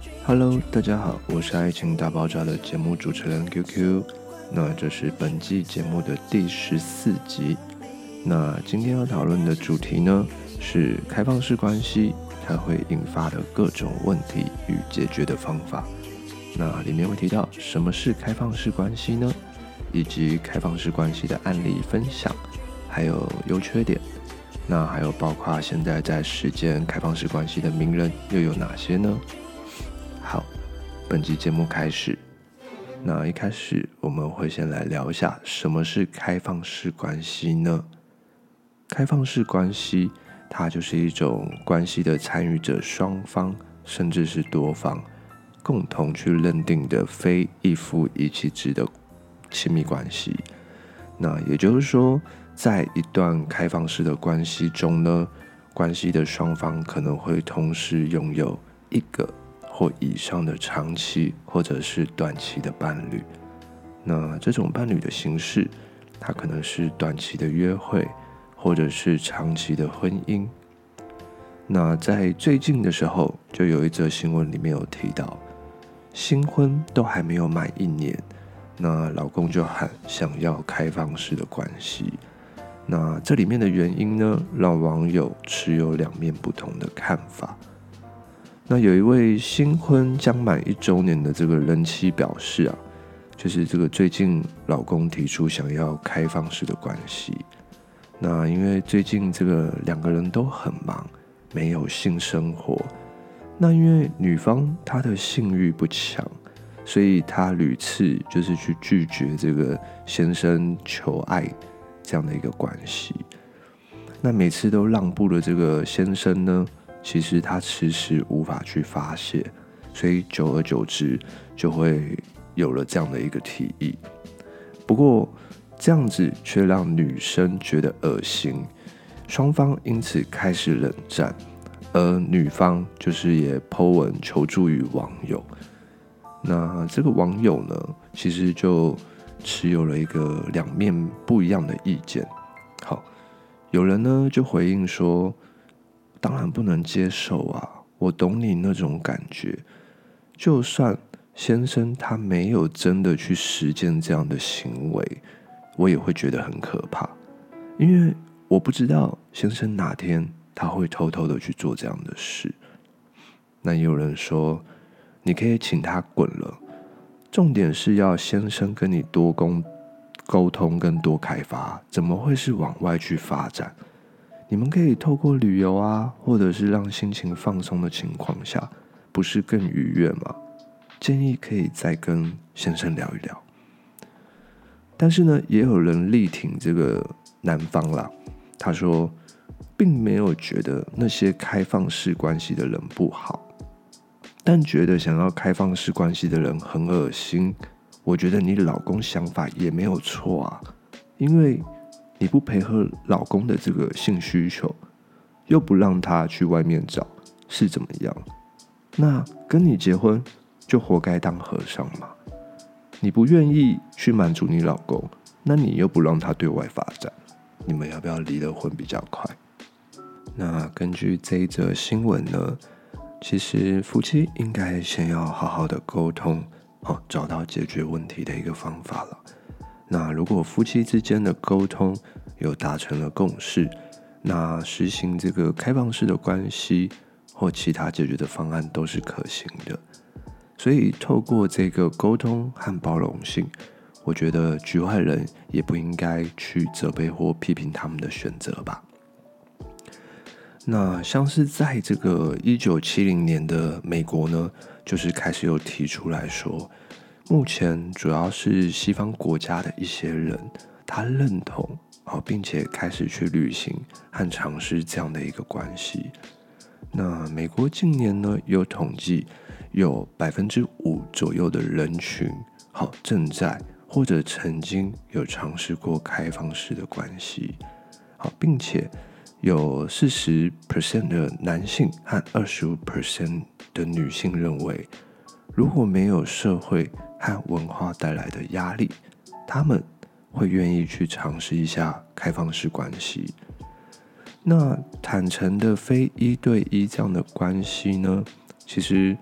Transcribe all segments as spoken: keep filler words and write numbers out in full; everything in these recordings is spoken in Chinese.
Hello， 大家好，我是爱情大爆炸的节目主持人 Q Q。那这是本季节目的第十四集。那今天要讨论的主题呢，是开放式关系它会引发的各种问题与解决的方法。那里面会提到什么是开放式关系呢，以及开放式关系的案例分享，还有优缺点。那还有包括现在在实践开放式关系的名人又有哪些呢？好，本集节目开始。那一开始我们会先来聊一下什么是开放式关系呢？开放式关系它就是一种关系的参与者双方甚至是多方共同去认定的非一夫一妻制的亲密关系。那也就是说，在一段开放式的关系中呢，关系的双方可能会同时拥有一个或以上的长期或者是短期的伴侣。那这种伴侣的形式，它可能是短期的约会，或者是长期的婚姻。那在最近的时候，就有一则新闻里面有提到，新婚都还没有满一年，那老公就喊想要开放式的关系。那这里面的原因呢，让网友持有两面不同的看法。那有一位新婚将满一周年的这个人妻表示啊，就是这个最近老公提出想要开放式的关系。那因为最近这个两个人都很忙，没有性生活。那因为女方她的性欲不强，所以她屡次就是去拒绝这个先生求爱这样的一个关系。那每次都让步的这个先生呢，其实他迟迟无法去发泄，所以久而久之就会有了这样的一个提议。不过这样子却让女生觉得恶心，双方因此开始冷战，而女方就是也 po 文求助于网友。那这个网友呢，其实就持有了一个两面不一样的意见。好，有人呢就回应说，当然不能接受啊，我懂你那种感觉。就算先生他没有真的去实践这样的行为，我也会觉得很可怕，因为我不知道先生哪天他会偷偷的去做这样的事。那也有人说，你可以请他滚了，重点是要先生跟你多沟通跟多开发，怎么会是往外去发展？你们可以透过旅游啊，或者是让心情放松的情况下，不是更愉悦吗？建议可以再跟先生聊一聊。但是呢，也有人力挺这个男方啦，他说并没有觉得那些开放式关系的人不好，但觉得想要开放式关系的人很恶心。我觉得你老公想法也没有错啊，因为你不配合老公的这个性需求，又不让他去外面找，是怎么样？那跟你结婚就活该当和尚嘛？你不愿意去满足你老公，那你又不让他对外发展，你们要不要离了婚比较快？那根据这一则新闻呢，其实夫妻应该先要好好的沟通，哦，找到解决问题的一个方法了。那如果夫妻之间的沟通有达成了共识，那实行这个开放式的关系或其他解决的方案都是可行的。所以透过这个沟通和包容性，我觉得局外人也不应该去责备或批评他们的选择吧。那像是在这个一九七零年的美国呢，就是开始有提出来说，目前主要是西方国家的一些人，他认同，并且开始去旅行和尝试这样的一个关系。那美国近年呢，有统计有 百分之五 左右的人群，好，正在或者曾经有尝试过开放式的关系，好，并且有 百分之四十 的男性和 百分之二十五 的女性认为，如果没有社会和文化带来的压力，他们会愿意去尝试一下开放式关系。那坦诚的非一对一这样的关系呢，其实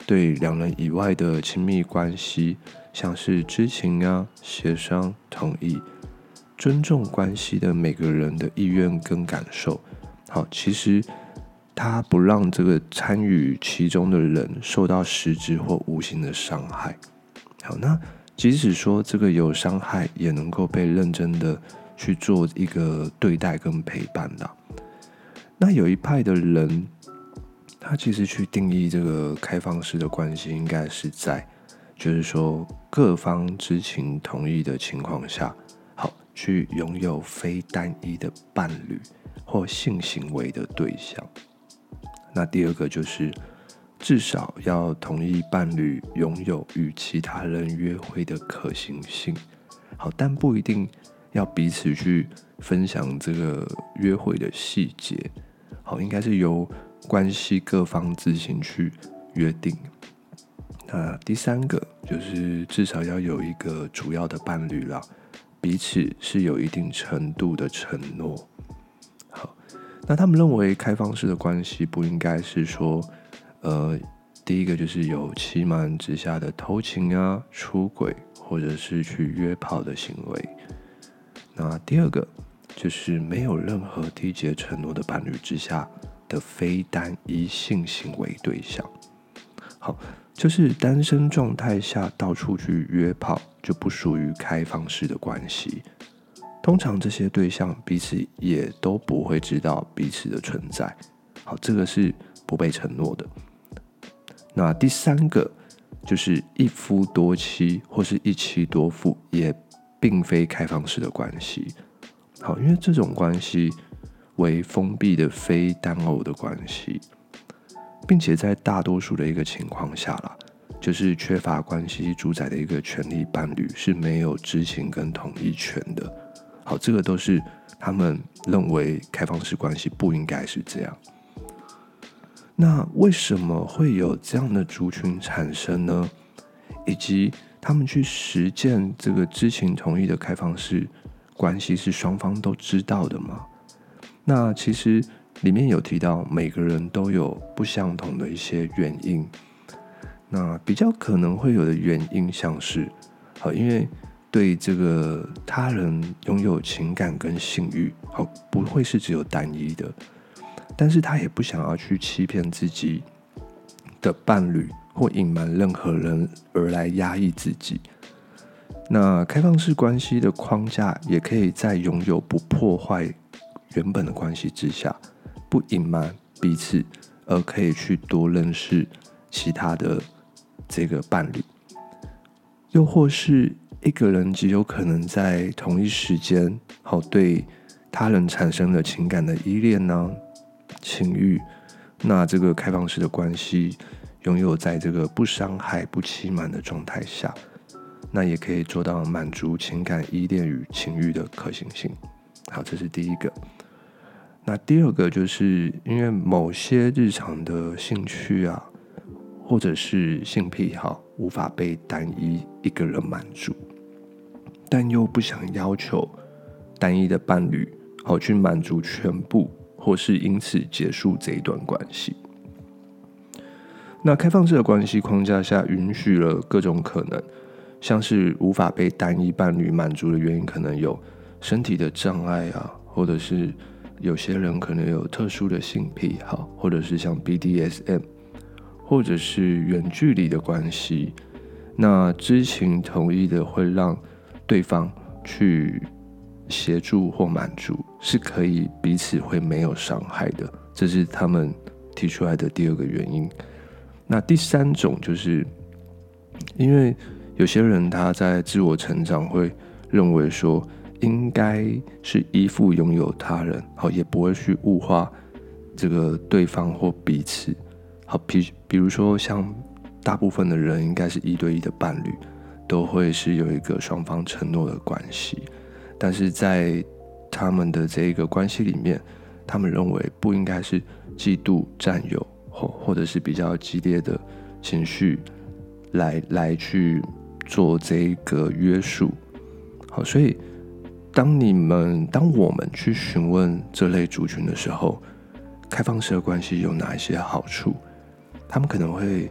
对两人以外的亲密关系，像是知情啊、协商、同意、尊重关系的每个人的意愿跟感受。好，其实他不让这个参与其中的人受到实质或无形的伤害。好，那即使说这个有伤害，也能够被认真的去做一个对待跟陪伴的。那有一派的人，他其实去定义这个开放式的关系，应该是在就是说各方知情同意的情况下，好去拥有非单一的伴侣或性行为的对象。那第二个就是至少要同意伴侣拥有与其他人约会的可行性。好，但不一定要彼此去分享这个约会的细节。好，应该是由关系各方自行去约定。那第三个就是至少要有一个主要的伴侣啦，彼此是有一定程度的承诺。好，那他们认为开放式的关系不应该是说，呃，第一个就是有欺瞒之下的偷情啊、出轨，或者是去约炮的行为。那第二个就是没有任何缔结承诺的伴侣之下的非单一性行为对象。好，就是单身状态下到处去约炮，就不属于开放式的关系。通常这些对象彼此也都不会知道彼此的存在。好，这个是不被承诺的。那第三个就是一夫多妻或是一妻多夫，也并非开放式的关系。好，因为这种关系为封闭的非单偶的关系，并且在大多数的一个情况下啦，就是缺乏关系主宰的一个权利伴侣是没有知情跟同意权的。好，这个都是他们认为开放式关系不应该是这样。那为什么会有这样的族群产生呢？以及他们去实践这个知情同意的开放式关系是双方都知道的吗？那其实里面有提到每个人都有不相同的一些原因。那比较可能会有的原因像是，好，因为对这个他人拥有情感跟性欲，好，不会是只有单一的，但是他也不想要去欺骗自己的伴侣或隐瞒任何人而来压抑自己。那开放式关系的框架也可以在拥有不破坏原本的关系之下，不隐瞒彼此，而可以去多认识其他的这个伴侣。又或是一个人极有可能在同一时间，好，对他人产生了情感的依恋啊、情欲。那这个开放式的关系拥有在这个不伤害、不欺瞒的状态下，那也可以做到满足情感依恋与情欲的可行性。好，这是第一个。那第二个就是因为某些日常的兴趣啊，或者是性癖好无法被单一一个人满足，但又不想要求单一的伴侣好去满足全部，或是因此结束这一段关系。那开放式的关系框架下允许了各种可能，像是无法被单一伴侣满足的原因可能有身体的障碍啊，或者是有些人可能有特殊的性癖好，或者是像 B D S M， 或者是远距离的关系。那知情同意的会让对方去协助或满足，是可以彼此会没有伤害的，这是他们提出来的第二个原因。那第三种就是因为有些人他在自我成长会认为说应该是依附拥有他人，好，也不会去物化这个对方或彼此。好，比比如说像大部分的人应该是一对一的伴侣，都会是有一个双方承诺的关系，但是在他们的这个关系里面，他们认为不应该是嫉妒、占有，或者是比较激烈的情绪来来去做这个约束。好，所以当你们当我们去询问这类族群的时候，开放式的关系有哪一些好处？他们可能会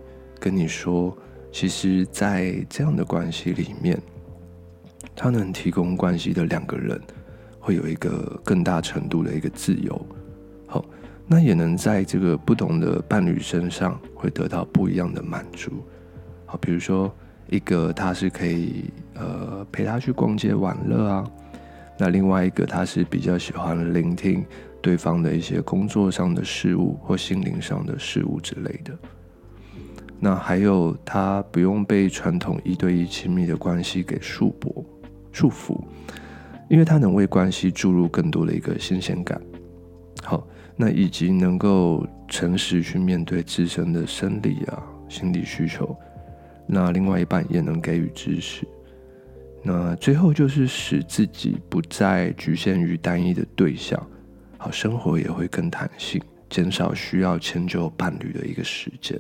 跟你说，其实在这样的关系里面，他能提供关系的两个人会有一个更大程度的一个自由，好，那也能在这个不同的伴侣身上会得到不一样的满足。好，比如说一个他是可以呃陪他去逛街玩乐啊，那另外一个他是比较喜欢聆听对方的一些工作上的事物或心灵上的事物之类的。那还有他不用被传统一对一亲密的关系给束缚束缚，因为他能为关系注入更多的一个新鲜感。好，那以及能够诚实去面对自身的生理啊、心理需求，那另外一半也能给予支持。那最后就是使自己不再局限于单一的对象，好，生活也会更弹性，减少需要迁就伴侣的一个时间。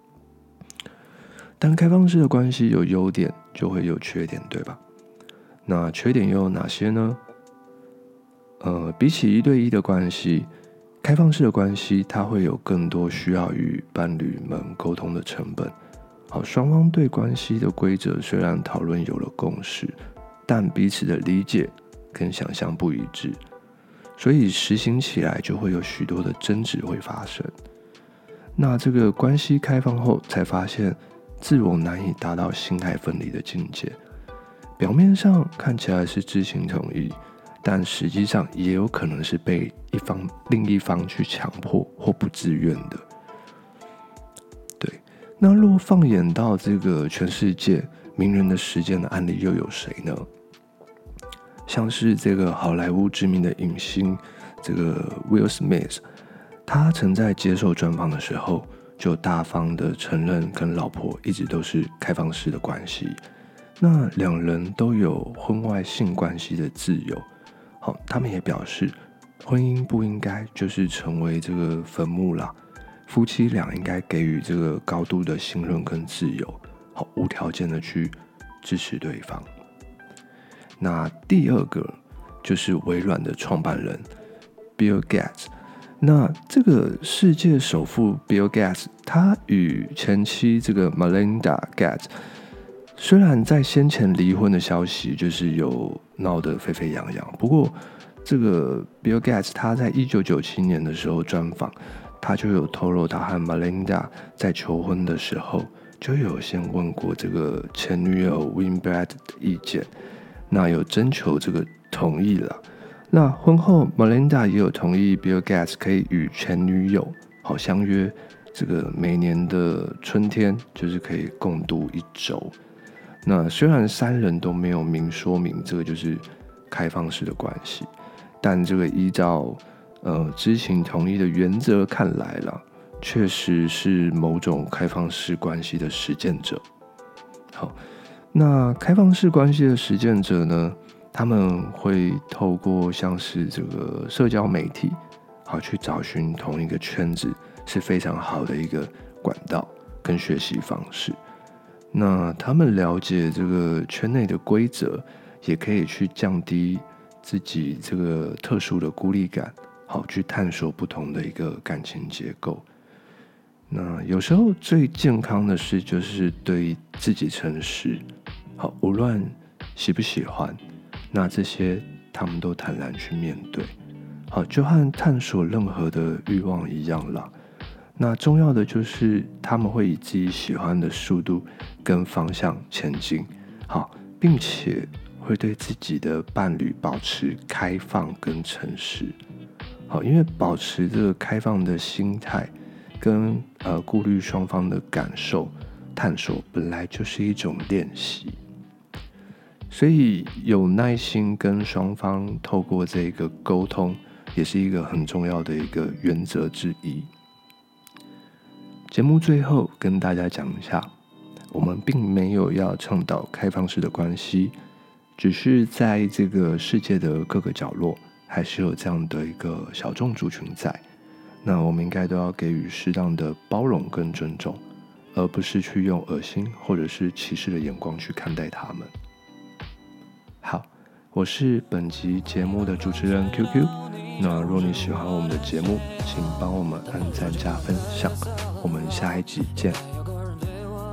但开放式的关系有优点，就会有缺点，对吧？那缺点又有哪些呢？呃，比起一对一的关系，开放式的关系它会有更多需要与伴侣们沟通的成本。好，双方对关系的规则虽然讨论有了共识，但彼此的理解跟想象不一致，所以实行起来就会有许多的争执会发生。那这个关系开放后，才发现自我难以达到性爱分离的境界。表面上看起来是知情同意，但实际上也有可能是被一方另一方去强迫或不自愿的。对，那若放眼到这个全世界名人的实践的案例又有谁呢？像是这个好莱坞知名的影星这个 Will Smith， 他曾在接受专访的时候就大方的承认跟老婆一直都是开放式的关系，那两人都有婚外性关系的自由。好，他们也表示婚姻不应该就是成为这个坟墓啦，夫妻俩应该给予这个高度的信任跟自由，好，无条件的去支持对方。那第二个就是微软的创办人 Bill Gates。那这个世界首富 Bill Gates， 他与前妻这个 Melinda Gates， 虽然在先前离婚的消息就是有闹得沸沸扬扬，不过这个 Bill Gates 他在一九九七年的时候专访，他就有透露他和 Melinda 在求婚的时候就有先问过这个前女友 Winbrad 的意见，那有征求这个同意了。那婚后 Melinda 也有同意 Bill Gates 可以与前女友好相约这个每年的春天就是可以共度一周。那虽然三人都没有明说明这个就是开放式的关系，但这个依照呃知情同意的原则看来啦，确实是某种开放式关系的实践者。好，那开放式关系的实践者呢，他们会透过像是这个社交媒体，好去找寻同一个圈子，是非常好的一个管道跟学习方式。那他们了解这个圈内的规则，也可以去降低自己这个特殊的孤立感，好去探索不同的一个感情结构。那有时候最健康的事就是对自己诚实，好，无论喜不喜欢，那这些他们都坦然去面对，好，就和探索任何的欲望一样啦。那重要的就是他们会以自己喜欢的速度跟方向前进，好，并且会对自己的伴侣保持开放跟诚实，好，因为保持这个开放的心态跟呃顾虑双方的感受，探索本来就是一种练习。所以有耐心跟双方透过这个沟通，也是一个很重要的一个原则之一。节目最后跟大家讲一下，我们并没有要倡导开放式的关系，只是在这个世界的各个角落，还是有这样的一个小众族群在。那我们应该都要给予适当的包容跟尊重，而不是去用恶心或者是歧视的眼光去看待他们。好，我是本集节目的主持人 Q Q。那若你喜欢我们的节目，请帮我们按赞加分享。我们下一集见。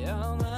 要吗？